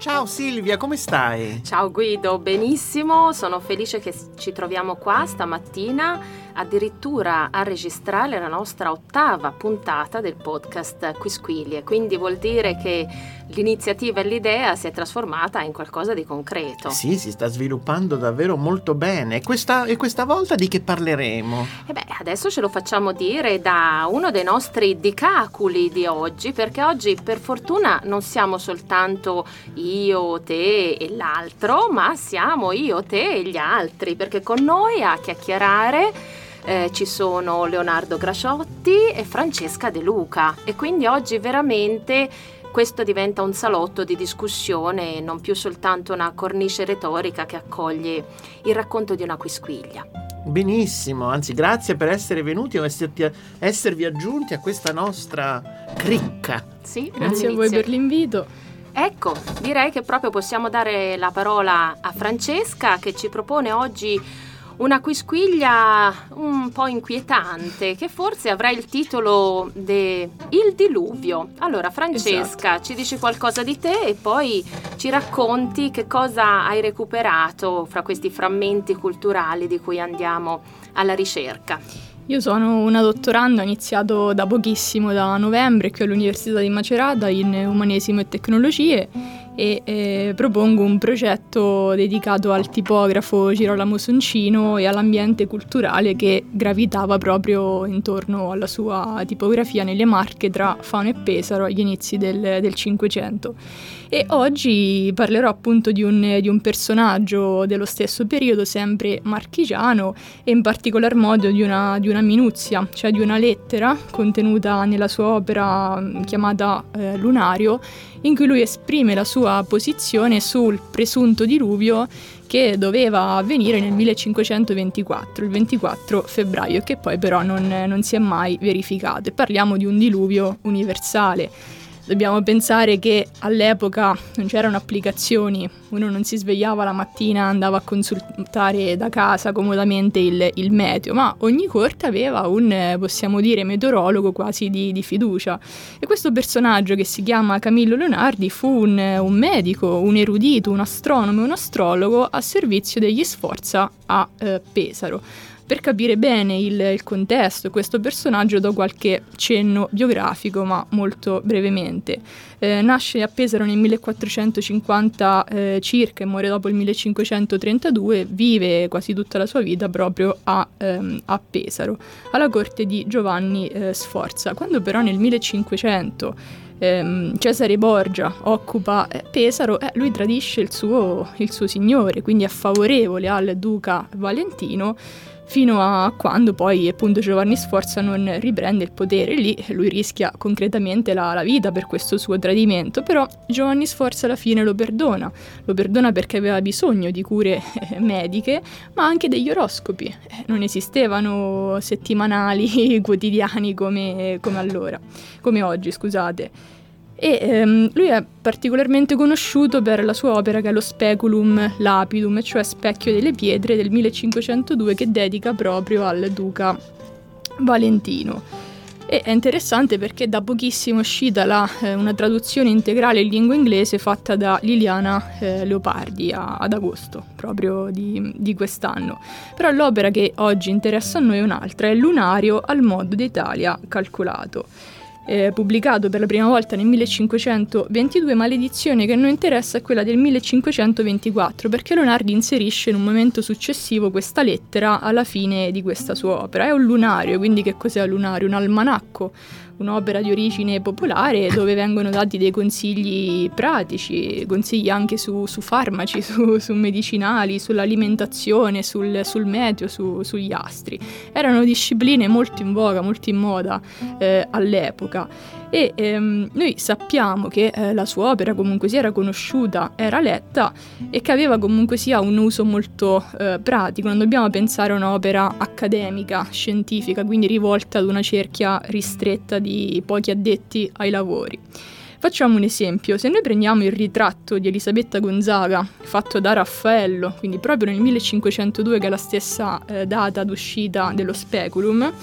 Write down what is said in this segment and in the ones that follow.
Ciao Silvia, come stai? Ciao Guido, benissimo, sono felice che ci troviamo qua stamattina addirittura a registrare la nostra 8ª puntata del podcast Quisquilie, quindi vuol dire che l'iniziativa e l'idea si è trasformata in qualcosa di concreto. Sì, si sta sviluppando davvero molto bene. E questa volta di che parleremo? Adesso ce lo facciamo dire da uno dei nostri dicaculi di oggi, perché oggi per fortuna non siamo soltanto io, te e l'altro, ma siamo io, te e gli altri, perché con noi a chiacchierare ci sono Leonardo Graciotti e Francesca De Luca, e quindi oggi veramente questo diventa un salotto di discussione, non più soltanto una cornice retorica che accoglie il racconto di una quisquiglia. Benissimo, anzi grazie per essere venuti o esservi aggiunti a questa nostra cricca. Sì, grazie a voi per l'invito. Ecco, direi che proprio possiamo dare la parola a Francesca, che ci propone oggi una quisquiglia un po' inquietante, che forse avrà il titolo de Il diluvio. Allora Francesca, esatto. Ci dici qualcosa di te e poi ci racconti che cosa hai recuperato fra questi frammenti culturali di cui andiamo alla ricerca. Io sono una dottoranda, ho iniziato da pochissimo, da novembre, qui all'Università di Macerata in Umanesimo e Tecnologie, e propongo un progetto dedicato al tipografo Girolamo Soncino e all'ambiente culturale che gravitava proprio intorno alla sua tipografia nelle Marche tra Fano e Pesaro agli inizi del Cinquecento. E oggi parlerò appunto di un personaggio dello stesso periodo, sempre marchigiano, e in particolar modo di una minuzia, cioè di una lettera contenuta nella sua opera chiamata Lunario, in cui lui esprime la sua posizione sul presunto diluvio che doveva avvenire nel 1524, il 24 febbraio, e che poi però non si è mai verificato. E parliamo di un diluvio universale. Dobbiamo pensare che all'epoca non c'erano applicazioni, uno non si svegliava la mattina, andava a consultare da casa comodamente il meteo, ma ogni corte aveva un, possiamo dire, meteorologo quasi di fiducia. E questo personaggio, che si chiama Camillo Leonardi, fu un medico, un erudito, un astronomo e un astrologo a servizio degli Sforza a Pesaro. Per capire bene il contesto, questo personaggio do qualche cenno biografico, ma molto brevemente. Nasce a Pesaro nel 1450 circa e muore dopo il 1532, vive quasi tutta la sua vita proprio a Pesaro, alla corte di Giovanni Sforza. Quando però nel 1500 Cesare Borgia occupa Pesaro, lui tradisce il suo signore, quindi è favorevole al duca Valentino, fino a quando poi appunto Giovanni Sforza non riprende il potere. Lì lui rischia concretamente la vita per questo suo tradimento, però Giovanni Sforza alla fine lo perdona perché aveva bisogno di cure mediche, ma anche degli oroscopi. Non esistevano settimanali quotidiani come oggi, scusate. E lui è particolarmente conosciuto per la sua opera che è lo Speculum Lapidum, cioè Specchio delle pietre del 1502, che dedica proprio al duca Valentino. E è interessante perché da pochissimo è uscita una traduzione integrale in lingua inglese fatta da Liliana Leopardi ad agosto proprio di quest'anno. Però l'opera che oggi interessa a noi è un'altra, è Lunario al modo d'Italia calcolato. Pubblicato per la prima volta nel 1522, ma l'edizione che a noi interessa è quella del 1524, perché Leonardi inserisce in un momento successivo questa lettera alla fine di questa sua opera. È un lunario, quindi che cos'è un lunario? Un almanacco, un'opera di origine popolare dove vengono dati dei consigli pratici, consigli anche su farmaci, su medicinali, sull'alimentazione, sul meteo, sugli astri. Erano discipline molto in voga, molto in moda all'epoca. E noi sappiamo che la sua opera comunque sia era conosciuta, era letta e che aveva comunque sia un uso molto pratico. Non dobbiamo pensare a un'opera accademica, scientifica, quindi rivolta ad una cerchia ristretta di pochi addetti ai lavori. Facciamo un esempio: se noi prendiamo il ritratto di Elisabetta Gonzaga fatto da Raffaello, quindi proprio nel 1502, che è la stessa data d'uscita dello Speculum,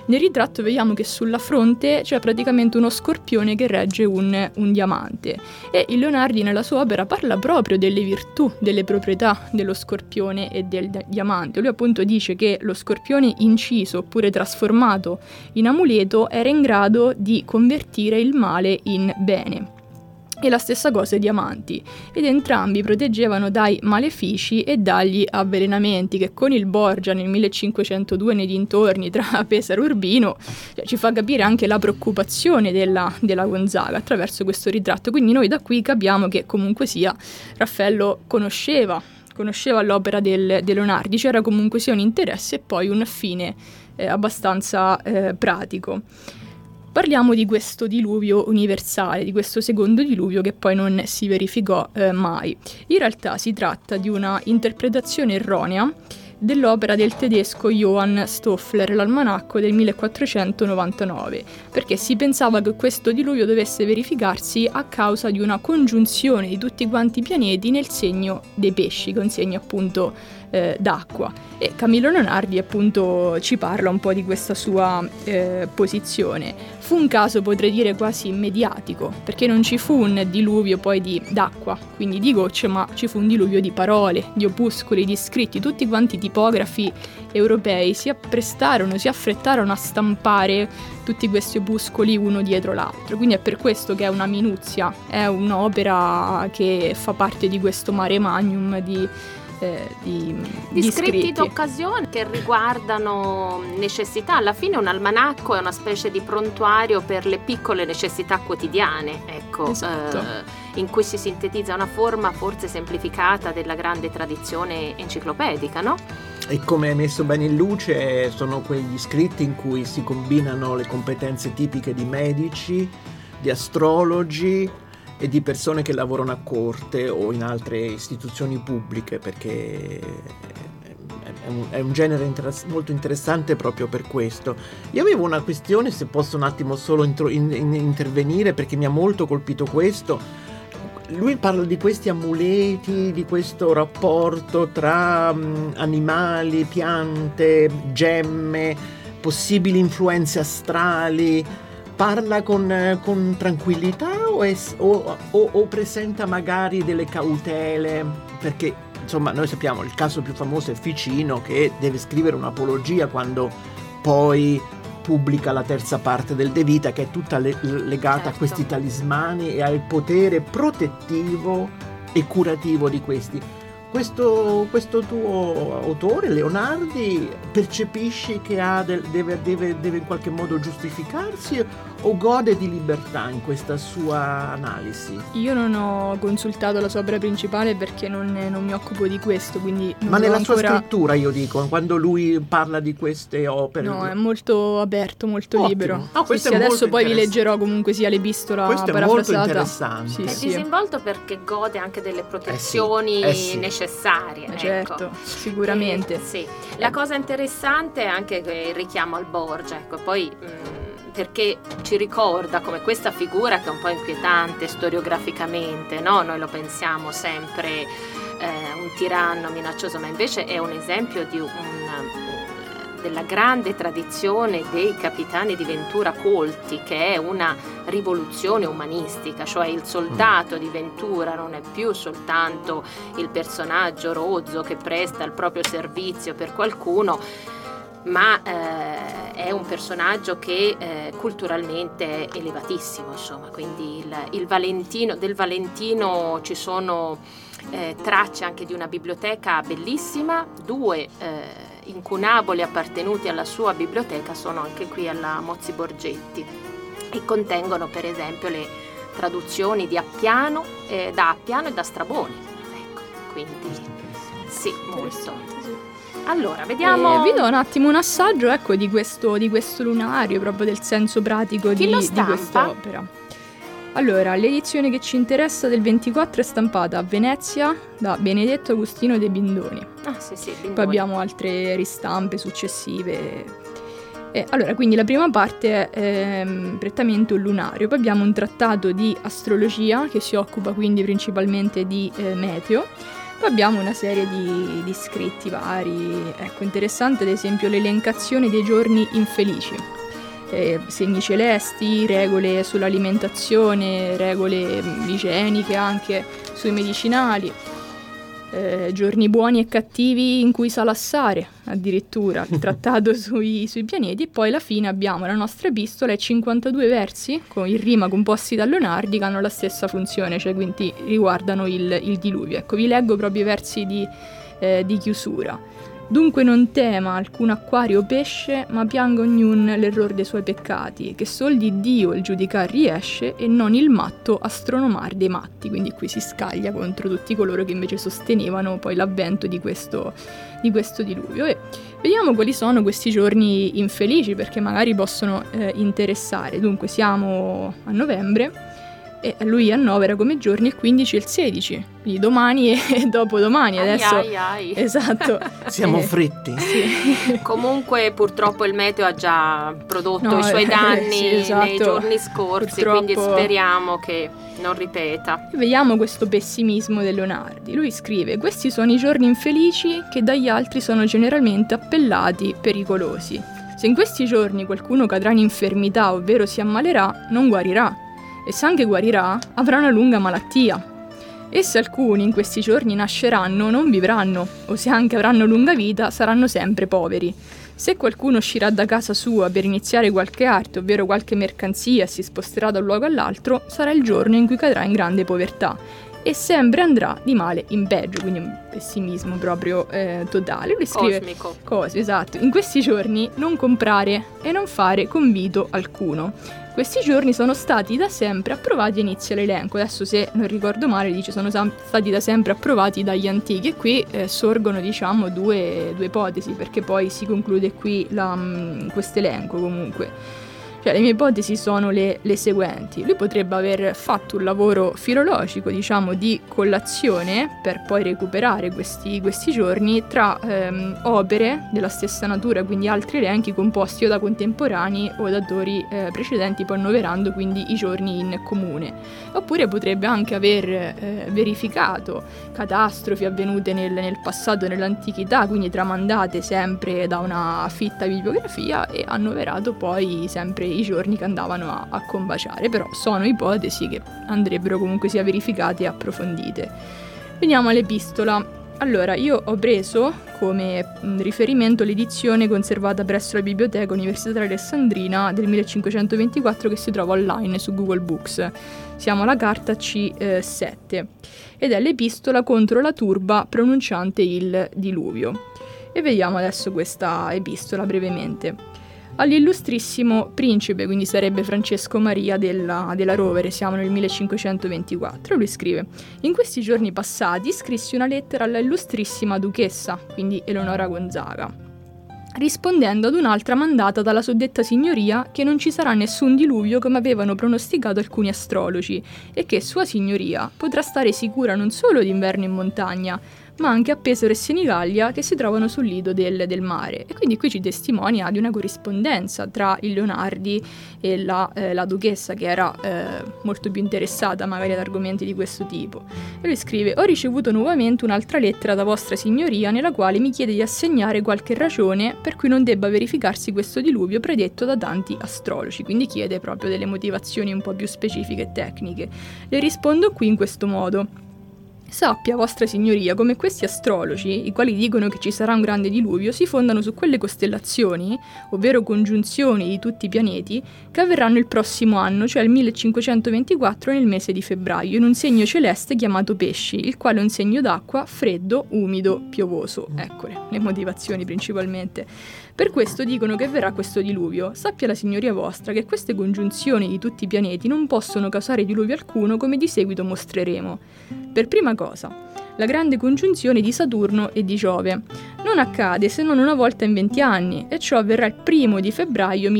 Nel ritratto vediamo che sulla fronte c'è praticamente uno scorpione che regge un diamante, e il Leonardi nella sua opera parla proprio delle virtù, delle proprietà dello scorpione e del diamante. Lui appunto dice che lo scorpione inciso oppure trasformato in amuleto era in grado di convertire il male in bene. E la stessa cosa i diamanti, ed entrambi proteggevano dai malefici e dagli avvelenamenti, che con il Borgia nel 1502 nei dintorni tra Pesaro e Urbino ci fa capire anche la preoccupazione della Gonzaga attraverso questo ritratto. Quindi noi da qui capiamo che comunque sia Raffaello conosceva l'opera del Leonardi, c'era comunque sia un interesse e poi un fine abbastanza pratico. Parliamo di questo diluvio universale, di questo secondo diluvio che poi non si verificò mai. In realtà si tratta di una interpretazione erronea dell'opera del tedesco Johann Stoffler, l'almanacco del 1499, perché si pensava che questo diluvio dovesse verificarsi a causa di una congiunzione di tutti quanti i pianeti nel segno dei pesci, che è un segno appunto d'acqua, e Camillo Leonardi appunto ci parla un po' di questa sua posizione. Fu un caso, potrei dire, quasi mediatico, perché non ci fu un diluvio poi d'acqua, quindi di gocce, ma ci fu un diluvio di parole, di opuscoli, di scritti. Tutti quanti i tipografi europei si affrettarono a stampare tutti questi opuscoli uno dietro l'altro, quindi è per questo che è una minuzia, è un'opera che fa parte di questo mare magnum di scritti d'occasione che riguardano necessità. Alla fine un almanacco è una specie di prontuario per le piccole necessità quotidiane, ecco, esatto. In cui si sintetizza una forma forse semplificata della grande tradizione enciclopedica, no? E come hai messo bene in luce, sono quegli scritti in cui si combinano le competenze tipiche di medici, di astrologi e di persone che lavorano a corte o in altre istituzioni pubbliche, perché è un genere molto interessante proprio per questo. Io avevo una questione, se posso un attimo solo intervenire, perché mi ha molto colpito questo. Lui parla di questi amuleti, di questo rapporto tra animali, piante, gemme, possibili influenze astrali. Parla con tranquillità o presenta magari delle cautele? Perché insomma noi sappiamo il caso più famoso è Ficino, che deve scrivere un'apologia quando poi pubblica la terza parte del De Vita, che è tutta legata certo. a questi talismani e al potere protettivo e curativo di questi. Questo tuo autore, Leonardi, percepisci che deve in qualche modo giustificarsi o gode di libertà in questa sua analisi? Io non ho consultato la sua opera principale perché non mi occupo di questo, quindi non Ma nella ancora... sua scrittura, io dico, quando lui parla di queste opere... No, è molto aperto, molto Ottimo. libero. No, questo sì, è molto adesso poi vi interessante. leggerò comunque sia l'epistola Questo è parafrasata. molto interessante. Sì, È sì. disinvolto perché gode anche delle protezioni sì. necessarie. Certo, ecco. sicuramente. Sì. La cosa interessante è anche il richiamo al Borgia, ecco, poi perché ci ricorda come questa figura che è un po' inquietante storiograficamente, no? Noi lo pensiamo sempre un tiranno minaccioso, ma invece è un esempio di della grande tradizione dei capitani di Ventura colti, che è una rivoluzione umanistica, cioè il soldato di Ventura non è più soltanto il personaggio rozzo che presta il proprio servizio per qualcuno, ma è un personaggio che culturalmente è elevatissimo, insomma. Quindi del Valentino ci sono tracce anche di una biblioteca bellissima. 2 incunaboli appartenuti alla sua biblioteca sono anche qui alla Mozzi Borgetti e contengono per esempio le traduzioni da Appiano e da Straboni, ecco, quindi sì, molto. Allora, vediamo. Vi do un attimo un assaggio, ecco, di questo lunario, proprio del senso pratico di quest'opera. Allora, l'edizione che ci interessa del 24 è stampata a Venezia da Benedetto Agostino de Bindoni. Ah, sì, Bindoni. Poi abbiamo altre ristampe successive. Allora, quindi la prima parte è prettamente un lunario, poi abbiamo un trattato di astrologia che si occupa quindi principalmente di meteo. Poi abbiamo una serie di scritti vari, ecco, interessante ad esempio l'elencazione dei giorni infelici, segni celesti, regole sull'alimentazione, regole igieniche anche, sui medicinali. Giorni buoni e cattivi in cui salassare, addirittura, il trattato sui pianeti, e poi alla fine abbiamo la nostra epistola e 52 versi in rima composti da Leonardi che hanno la stessa funzione, cioè quindi riguardano il diluvio. Ecco, vi leggo proprio i versi di chiusura. Dunque non tema alcun acquario o pesce, ma pianga ognun l'error dei suoi peccati, che sol di Dio il giudicar riesce e non il matto astronomar dei matti. Quindi qui si scaglia contro tutti coloro che invece sostenevano poi l'avvento di questo diluvio. E vediamo quali sono questi giorni infelici, perché magari possono interessare. Dunque siamo a novembre e lui annovera come giorni il 15 e il 16, quindi domani e dopodomani. Adesso ai. Esatto. Siamo fritti. Sì. Comunque purtroppo il meteo ha già prodotto i suoi danni sì, esatto. nei giorni scorsi, Purtroppo. quindi speriamo che non ripeta. Vediamo questo pessimismo di Leonardi. Lui scrive: questi sono i giorni infelici che dagli altri sono generalmente appellati pericolosi. Se in questi giorni qualcuno cadrà in infermità, ovvero si ammalerà, non guarirà. E se anche guarirà, avrà una lunga malattia. E se alcuni in questi giorni nasceranno, non vivranno, o se anche avranno lunga vita, saranno sempre poveri. Se qualcuno uscirà da casa sua per iniziare qualche arte, ovvero qualche mercanzia, e si sposterà da un luogo all'altro, sarà il giorno in cui cadrà in grande povertà. E sempre andrà di male in peggio, quindi un pessimismo proprio totale. Lui scrive cose, esatto. In questi giorni non comprare e non fare convito alcuno. Questi giorni sono stati da sempre approvati, inizia l'elenco. Adesso, se non ricordo male, dice sono stati da sempre approvati dagli antichi, e qui sorgono, diciamo, due ipotesi, perché poi si conclude qui questo elenco comunque. Cioè, le mie ipotesi sono le seguenti. Lui potrebbe aver fatto un lavoro filologico, diciamo, di collazione per poi recuperare questi giorni tra opere della stessa natura, quindi altri elenchi composti o da contemporanei o da autori precedenti, poi annoverando quindi i giorni in comune. Oppure potrebbe anche aver verificato catastrofi avvenute nel passato, nell'antichità, quindi tramandate sempre da una fitta bibliografia, e annoverato poi sempre i giorni che andavano a combaciare. Però sono ipotesi che andrebbero comunque sia verificate e approfondite. Veniamo all'epistola. Allora, io ho preso come riferimento l'edizione conservata presso la Biblioteca Universitaria Alessandrina del 1524, che si trova online su Google Books. Siamo alla carta C7 ed è l'epistola contro la turba pronunciante il diluvio. E vediamo adesso questa epistola brevemente. All'illustrissimo principe, quindi sarebbe Francesco Maria della Rovere, siamo nel 1524, lui scrive: in questi giorni passati scrissi una lettera alla illustrissima duchessa, quindi Eleonora Gonzaga, rispondendo ad un'altra mandata dalla suddetta signoria che non ci sarà nessun diluvio come avevano pronosticato alcuni astrologi, e che sua signoria potrà stare sicura non solo d'inverno in montagna, ma anche a Pesaro e Senigallia, che si trovano sul lido del mare. E quindi qui ci testimonia di una corrispondenza tra il Leonardi e la duchessa, che era molto più interessata magari ad argomenti di questo tipo. E lui scrive: ho ricevuto nuovamente un'altra lettera da vostra signoria, nella quale mi chiede di assegnare qualche ragione per cui non debba verificarsi questo diluvio predetto da tanti astrologi. Quindi chiede proprio delle motivazioni un po' più specifiche e tecniche. Le rispondo qui in questo modo: sappia, vostra signoria, come questi astrologi, i quali dicono che ci sarà un grande diluvio, si fondano su quelle costellazioni, ovvero congiunzioni di tutti i pianeti, che avverranno il prossimo anno, cioè il 1524, nel mese di febbraio, in un segno celeste chiamato Pesci, il quale è un segno d'acqua, freddo, umido, piovoso. Eccole le motivazioni principalmente. Per questo dicono che verrà questo diluvio. Sappia la signoria vostra che queste congiunzioni di tutti i pianeti non possono causare diluvio alcuno, come di seguito mostreremo. Per prima cosa, la grande congiunzione di Saturno e di Giove non accade se non una volta in 20 anni, e ciò avverrà il 1 di febbraio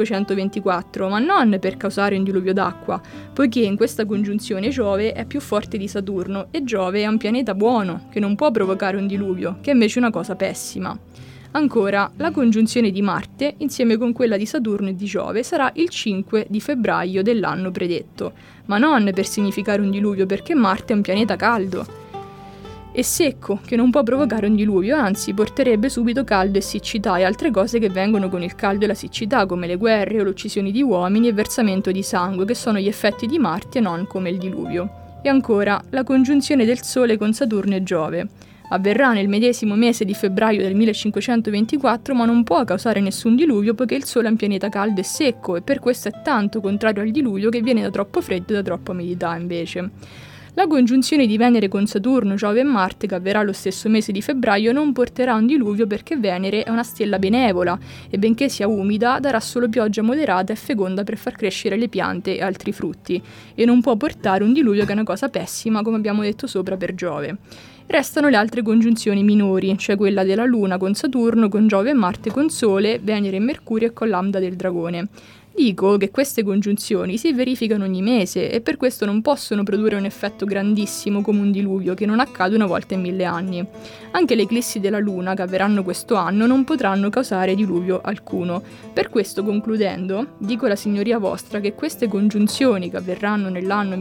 1524, ma non per causare un diluvio d'acqua, poiché in questa congiunzione Giove è più forte di Saturno, e Giove è un pianeta buono, che non può provocare un diluvio, che è invece una cosa pessima. Ancora, la congiunzione di Marte, insieme con quella di Saturno e di Giove, sarà il 5 di febbraio dell'anno predetto, ma non per significare un diluvio, perché Marte è un pianeta caldo. e secco, che non può provocare un diluvio, anzi porterebbe subito caldo e siccità e altre cose che vengono con il caldo e la siccità, come le guerre o l'uccisione di uomini e versamento di sangue, che sono gli effetti di Marte e non come il diluvio. E ancora, la congiunzione del Sole con Saturno e Giove. Avverrà nel medesimo mese di febbraio del 1524, ma non può causare nessun diluvio poiché il Sole è un pianeta caldo e secco e per questo è tanto contrario al diluvio che viene da troppo freddo e da troppa umidità invece. La congiunzione di Venere con Saturno, Giove e Marte, che avverrà lo stesso mese di febbraio, non porterà un diluvio perché Venere è una stella benevola e benché sia umida darà solo pioggia moderata e feconda per far crescere le piante e altri frutti e non può portare un diluvio che è una cosa pessima, come abbiamo detto sopra per Giove. Restano le altre congiunzioni minori, cioè quella della Luna con Saturno, con Giove e Marte con Sole, Venere e Mercurio e con Lambda del Dragone. Dico che queste congiunzioni si verificano ogni mese e per questo non possono produrre un effetto grandissimo come un diluvio che non accade una volta in 1000 anni. Anche le eclissi della Luna che avverranno questo anno non potranno causare diluvio alcuno. Per questo, concludendo, dico alla Signoria vostra che queste congiunzioni che avverranno nell'anno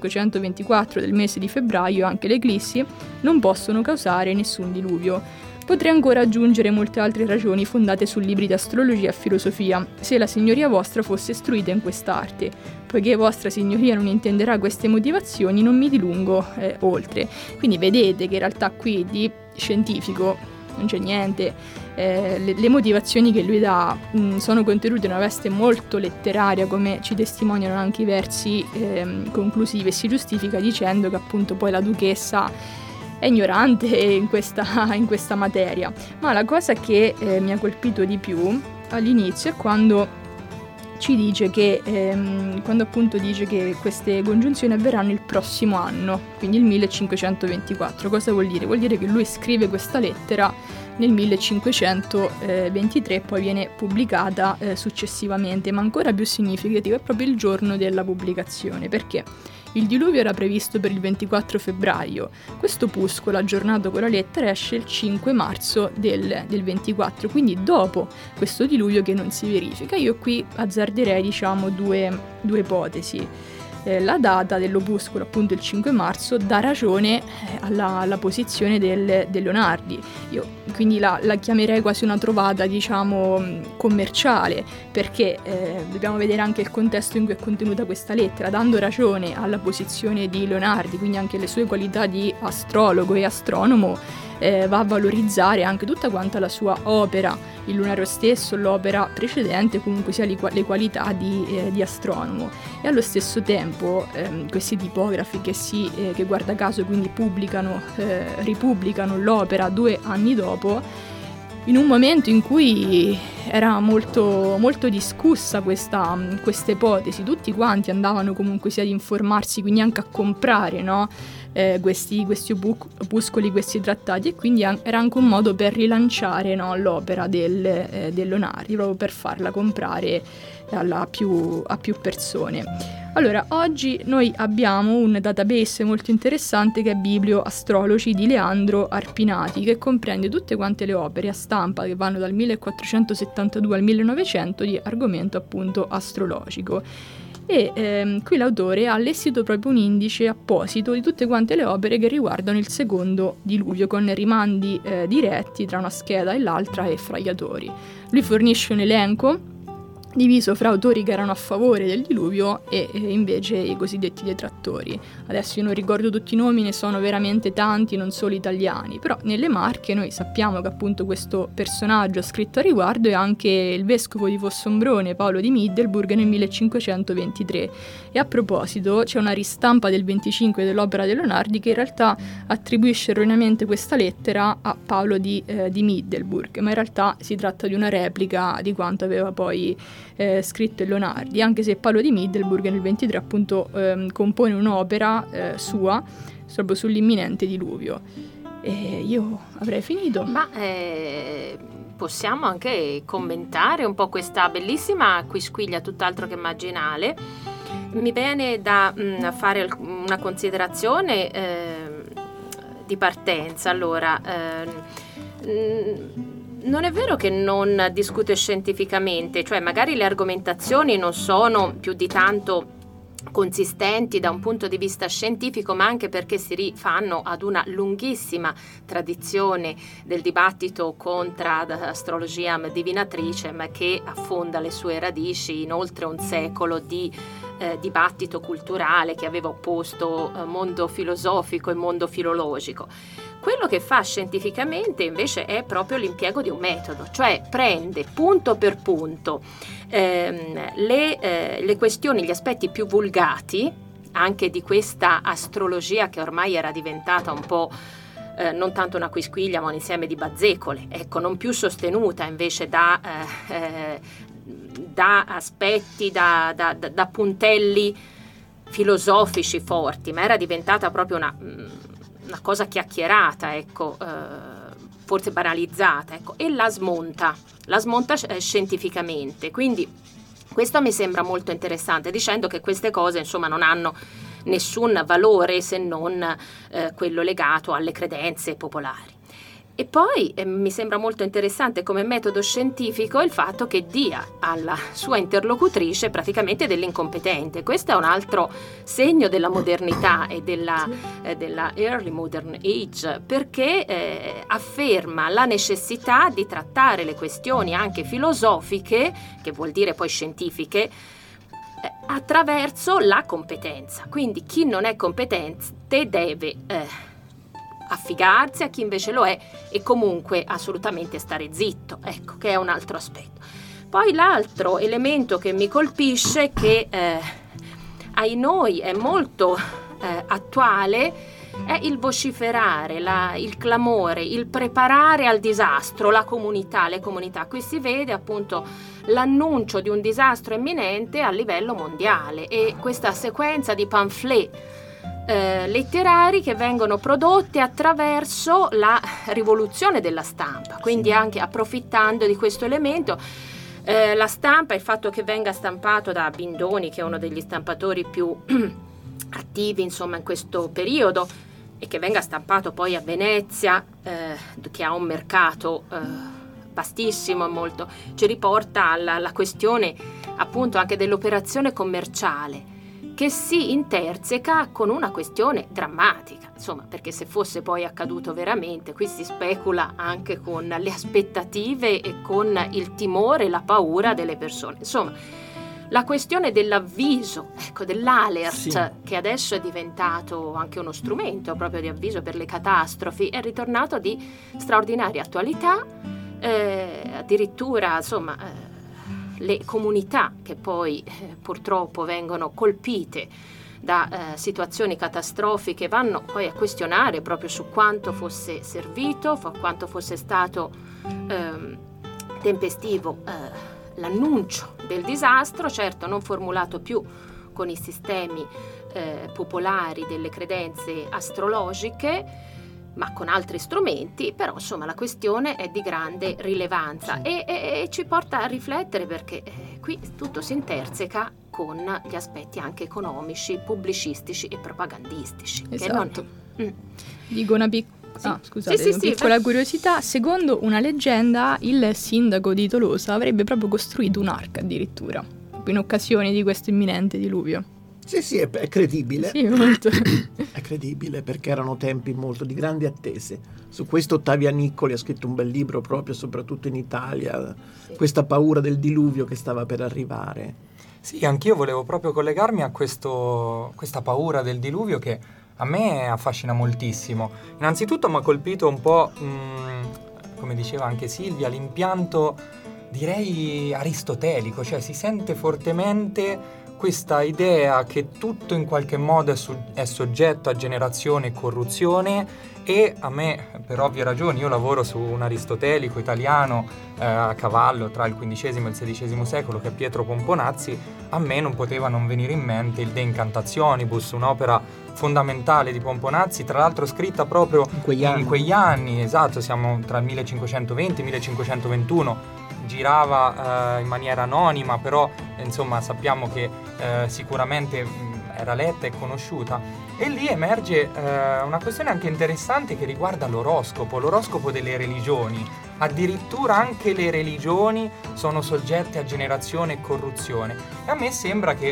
1524 del mese di febbraio, anche le eclissi, non possono causare nessun diluvio. Potrei ancora aggiungere molte altre ragioni fondate su libri di astrologia e filosofia, se la Signoria vostra fosse istruita in quest'arte. Poiché vostra Signoria non intenderà queste motivazioni, non mi dilungo oltre. Quindi vedete che in realtà qui di scientifico non c'è niente. Le motivazioni che lui dà sono contenute in una veste molto letteraria, come ci testimoniano anche i versi conclusivi, e si giustifica dicendo che appunto poi la duchessa è ignorante in questa materia. Ma la cosa che mi ha colpito di più all'inizio è quando ci dice che quando appunto dice che queste congiunzioni avverranno il prossimo anno, quindi il 1524. Cosa vuol dire? Vuol dire che lui scrive questa lettera nel 1523 e poi viene pubblicata successivamente, ma ancora più significativo è proprio il giorno della pubblicazione. Perché? Il diluvio era previsto per il 24 febbraio, questo opuscolo aggiornato con la lettera esce il 5 marzo del 24, quindi dopo questo diluvio che non si verifica. Io qui azzarderei due ipotesi. La data dell'opuscolo, appunto il 5 marzo, dà ragione alla posizione del Leonardi. Io quindi la chiamerei quasi una trovata, commerciale, perché dobbiamo vedere anche il contesto in cui è contenuta questa lettera, dando ragione alla posizione di Leonardi, quindi anche le sue qualità di astrologo e astronomo. Va a valorizzare anche tutta quanta la sua opera, il lunario stesso, l'opera precedente, comunque sia le qualità di astronomo. E allo stesso tempo questi tipografi che guarda caso quindi ripubblicano l'opera 2 anni dopo, in un momento in cui era molto, molto discussa questa ipotesi, tutti quanti andavano comunque sia ad informarsi, quindi anche a comprare, no? Questi opuscoli, questi trattati, e quindi era anche un modo per rilanciare, no, l'opera del Leonardi, proprio per farla comprare a più persone. Allora, oggi noi abbiamo un database molto interessante che è Biblio Astrologi di Leandro Arpinati, che comprende tutte quante le opere a stampa che vanno dal 1472 al 1900 di argomento appunto astrologico. E qui l'autore ha allestito proprio un indice apposito di tutte quante le opere che riguardano il secondo diluvio, con rimandi diretti tra una scheda e l'altra e fra gli autori. Lui fornisce un elenco diviso fra autori che erano a favore del diluvio e invece i cosiddetti detrattori. Adesso io non ricordo tutti i nomi, ne sono veramente tanti, non solo italiani, però nelle Marche noi sappiamo che appunto questo personaggio ha scritto a riguardo, e anche il vescovo di Fossombrone, Paolo di Middelburg, nel 1523. E a proposito c'è una ristampa del 25 dell'opera di Leonardi che in realtà attribuisce erroneamente questa lettera a Paolo di Middelburg, ma in realtà si tratta di una replica di quanto aveva poi scritto Leonardi, anche se Paolo di Middelburg nel 23 appunto compone un'opera sua proprio sull'imminente diluvio. Io avrei finito. Ma possiamo anche commentare un po' questa bellissima quisquiglia, tutt'altro che immaginale. Mi viene da fare una considerazione di partenza. Allora, non è vero che non discute scientificamente, cioè magari le argomentazioni non sono più di tanto consistenti da un punto di vista scientifico, ma anche perché si rifanno ad una lunghissima tradizione del dibattito contra astrologiam divinatricem, che affonda le sue radici in oltre un secolo di dibattito culturale che aveva opposto mondo filosofico e mondo filologico. Quello che fa scientificamente invece è proprio l'impiego di un metodo, cioè prende punto per punto le questioni, gli aspetti più vulgati anche di questa astrologia che ormai era diventata un po' non tanto una quisquiglia ma un insieme di bazzecole, ecco, non più sostenuta invece da aspetti, da puntelli filosofici forti, ma era diventata proprio una cosa chiacchierata, ecco, forse banalizzata, ecco, e la smonta scientificamente. Quindi questo mi sembra molto interessante, dicendo che queste cose insomma non hanno nessun valore se non quello legato alle credenze popolari. E poi mi sembra molto interessante come metodo scientifico il fatto che dia alla sua interlocutrice praticamente dell'incompetente. Questo è un altro segno della modernità e della early modern age, perché afferma la necessità di trattare le questioni anche filosofiche, che vuol dire poi scientifiche, attraverso la competenza. Quindi chi non è competente deve affigarsi a chi invece lo è e comunque assolutamente stare zitto, ecco, che è un altro aspetto. Poi l'altro elemento che mi colpisce, che ai noi è molto attuale, è il vociferare, il clamore, il preparare al disastro, le comunità. Qui si vede appunto l'annuncio di un disastro imminente a livello mondiale e questa sequenza di pamphlet letterari che vengono prodotti attraverso la rivoluzione della stampa, quindi anche approfittando di questo elemento. La stampa, il fatto che venga stampato da Bindoni, che è uno degli stampatori più attivi insomma in questo periodo, e che venga stampato poi a Venezia, che ha un mercato vastissimo e molto, ci riporta alla questione appunto anche dell'operazione commerciale, che si interseca con una questione drammatica, insomma, perché se fosse poi accaduto veramente, qui si specula anche con le aspettative e con il timore, la paura delle persone. Insomma, la questione dell'avviso, ecco, dell'alert, sì, che adesso è diventato anche uno strumento proprio di avviso per le catastrofi, è ritornato di straordinaria attualità, addirittura, insomma, le comunità che poi purtroppo vengono colpite da situazioni catastrofiche vanno poi a questionare proprio su quanto fosse servito, quanto fosse stato tempestivo l'annuncio del disastro, certo non formulato più con i sistemi popolari delle credenze astrologiche, ma con altri strumenti, però insomma la questione è di grande rilevanza e ci porta a riflettere, perché qui tutto si interseca con gli aspetti anche economici, pubblicistici e propagandistici. Esatto. Che non... Dico una piccola curiosità. Secondo una leggenda, il sindaco di Tolosa avrebbe proprio costruito un'arca addirittura in occasione di questo imminente diluvio. Sì, è credibile. Sì, molto. È credibile, perché erano tempi molto di grandi attese. Su questo Ottavia Niccoli ha scritto un bel libro proprio, soprattutto in Italia, questa paura del diluvio che stava per arrivare. Sì, anch'io volevo proprio collegarmi a questa paura del diluvio che a me affascina moltissimo. Innanzitutto mi ha colpito un po', come diceva anche Silvia, l'impianto, direi aristotelico, cioè si sente fortemente questa idea che tutto in qualche modo è soggetto a generazione e corruzione, e a me, per ovvie ragioni, io lavoro su un aristotelico italiano a cavallo tra il XV e il XVI secolo, che è Pietro Pomponazzi. A me non poteva non venire in mente il De Incantationibus, un'opera fondamentale di Pomponazzi, tra l'altro scritta proprio in quegli anni, esatto, siamo tra il 1520 e il 1521. Girava in maniera anonima, però insomma sappiamo che sicuramente era letta e conosciuta, e lì emerge una questione anche interessante che riguarda l'oroscopo delle religioni. Addirittura anche le religioni sono soggette a generazione e corruzione, e a me sembra che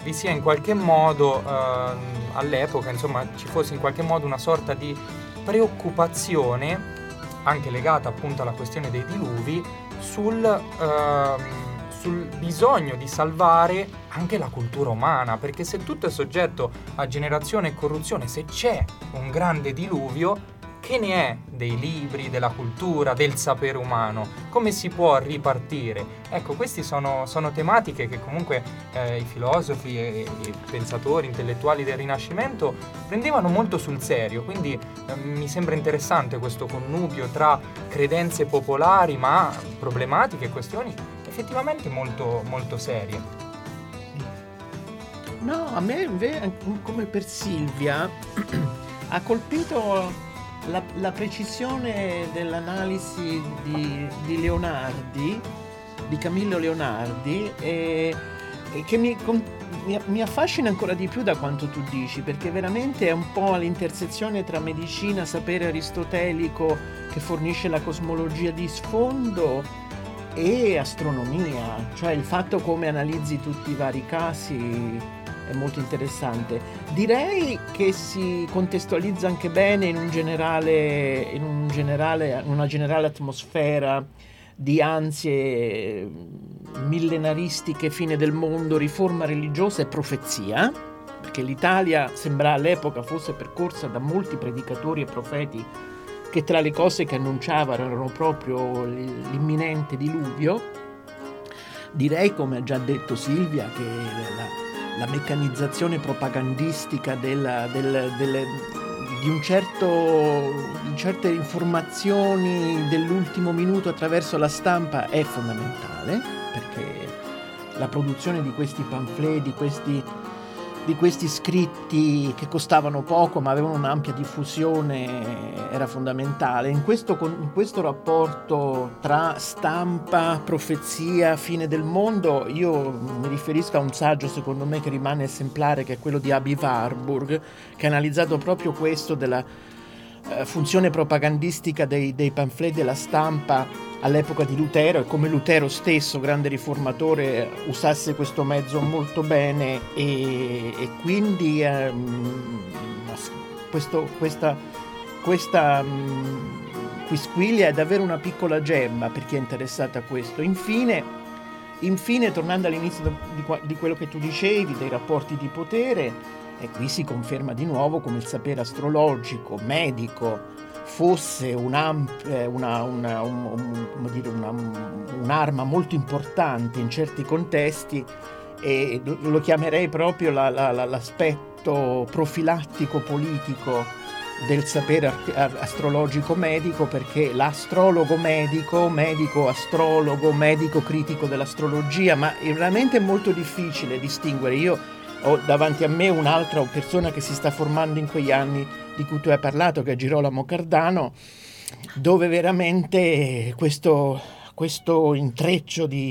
vi sia in qualche modo all'epoca, insomma, ci fosse in qualche modo una sorta di preoccupazione anche legata appunto alla questione dei diluvi sul bisogno di salvare anche la cultura umana, perché se tutto è soggetto a generazione e corruzione, se c'è un grande diluvio, che ne è dei libri, della cultura, del sapere umano? Come si può ripartire? Ecco, queste sono tematiche che comunque i filosofi e i pensatori intellettuali del Rinascimento prendevano molto sul serio, quindi mi sembra interessante questo connubio tra credenze popolari ma problematiche e questioni effettivamente molto, molto serie. No, a me come per Silvia ha colpito la precisione dell'analisi di Leonardi, di Camillo Leonardi, e che mi affascina ancora di più da quanto tu dici, perché veramente è un po' l'intersezione tra medicina, sapere aristotelico che fornisce la cosmologia di sfondo e astronomia, cioè il fatto come analizzi tutti i vari casi è molto interessante. Direi che si contestualizza anche bene in una generale atmosfera di ansie millenaristiche, fine del mondo, riforma religiosa e profezia, perché l'Italia sembra all'epoca fosse percorsa da molti predicatori e profeti che tra le cose che annunciavano erano proprio l'imminente diluvio. Direi, come ha già detto Silvia, che la meccanizzazione propagandistica di certe informazioni dell'ultimo minuto attraverso la stampa è fondamentale, perché la produzione di questi pamphlet, di questi scritti che costavano poco ma avevano un'ampia diffusione era fondamentale. In questo rapporto tra stampa, profezia, fine del mondo, io mi riferisco a un saggio secondo me che rimane esemplare, che è quello di Aby Warburg, che ha analizzato proprio questo della funzione propagandistica dei pamphlet della stampa all'epoca di Lutero, e come Lutero stesso, grande riformatore, usasse questo mezzo molto bene, e quindi questa quisquiglia è davvero una piccola gemma per chi è interessato a questo. Infine, tornando all'inizio di quello che tu dicevi, dei rapporti di potere, e qui si conferma di nuovo come il sapere astrologico, medico, fosse un'arma molto importante in certi contesti, e lo chiamerei proprio l'aspetto profilattico politico del sapere astrologico medico, perché l'astrologo medico astrologo, medico critico dell'astrologia, ma è veramente molto difficile distinguere. Io ho davanti a me un'altra persona che si sta formando in quegli anni di cui tu hai parlato, che è Girolamo Cardano, dove veramente questo intreccio di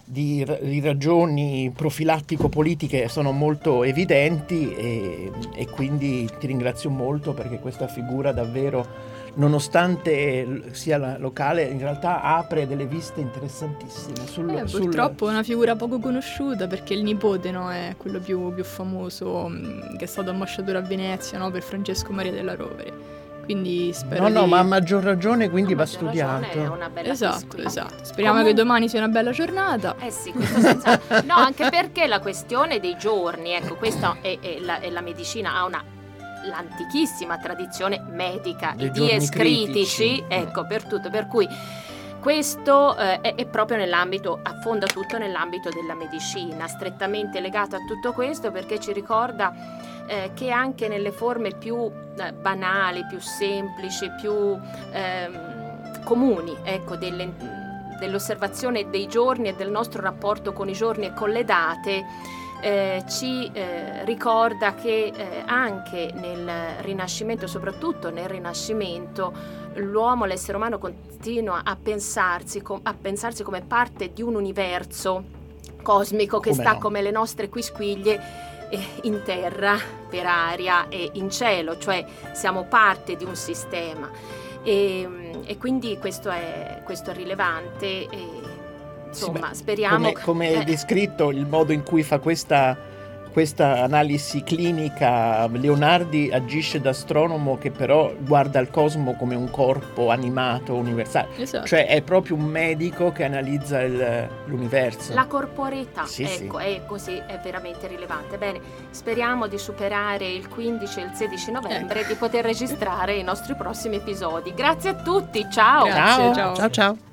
ragioni profilattico-politiche sono molto evidenti, e quindi ti ringrazio molto, perché questa figura davvero, nonostante sia locale, in realtà apre delle viste interessantissime. Purtroppo è una figura poco conosciuta, perché il nipote, no, è quello più famoso, che è stato ambasciatore a Venezia, no, per Francesco Maria della Rovere. Quindi spero ma a maggior ragione, quindi va studiato. È una bella esatto. Speriamo che domani sia una bella giornata. Sì, questo senza. No, anche perché la questione dei giorni, ecco, questa è la medicina ha l'antichissima tradizione medica di escritici, ecco, per tutto, per cui questo è proprio affonda tutto nell'ambito della medicina, strettamente legato a tutto questo, perché ci ricorda che anche nelle forme più banali, più semplici, più comuni, ecco, dell'osservazione dei giorni e del nostro rapporto con i giorni e con le date, ci ricorda che anche nel Rinascimento, soprattutto nel Rinascimento, l'uomo, l'essere umano continua a pensarsi come parte di un universo cosmico che sta come le nostre quisquiglie in terra, per aria e in cielo, cioè siamo parte di un sistema, e quindi questo è rilevante, e insomma speriamo come è descritto il modo in cui fa questa questa analisi clinica. Leonardi agisce da astronomo che però guarda il cosmo come un corpo animato universale, Esatto. cioè è proprio un medico che analizza l'universo. La corporeità, Sì, ecco, sì. è così, è veramente rilevante. Bene, speriamo di superare il 15 e il 16 novembre e di poter registrare i nostri prossimi episodi. Grazie a tutti, ciao! Grazie, Ciao, ciao. ciao, ciao.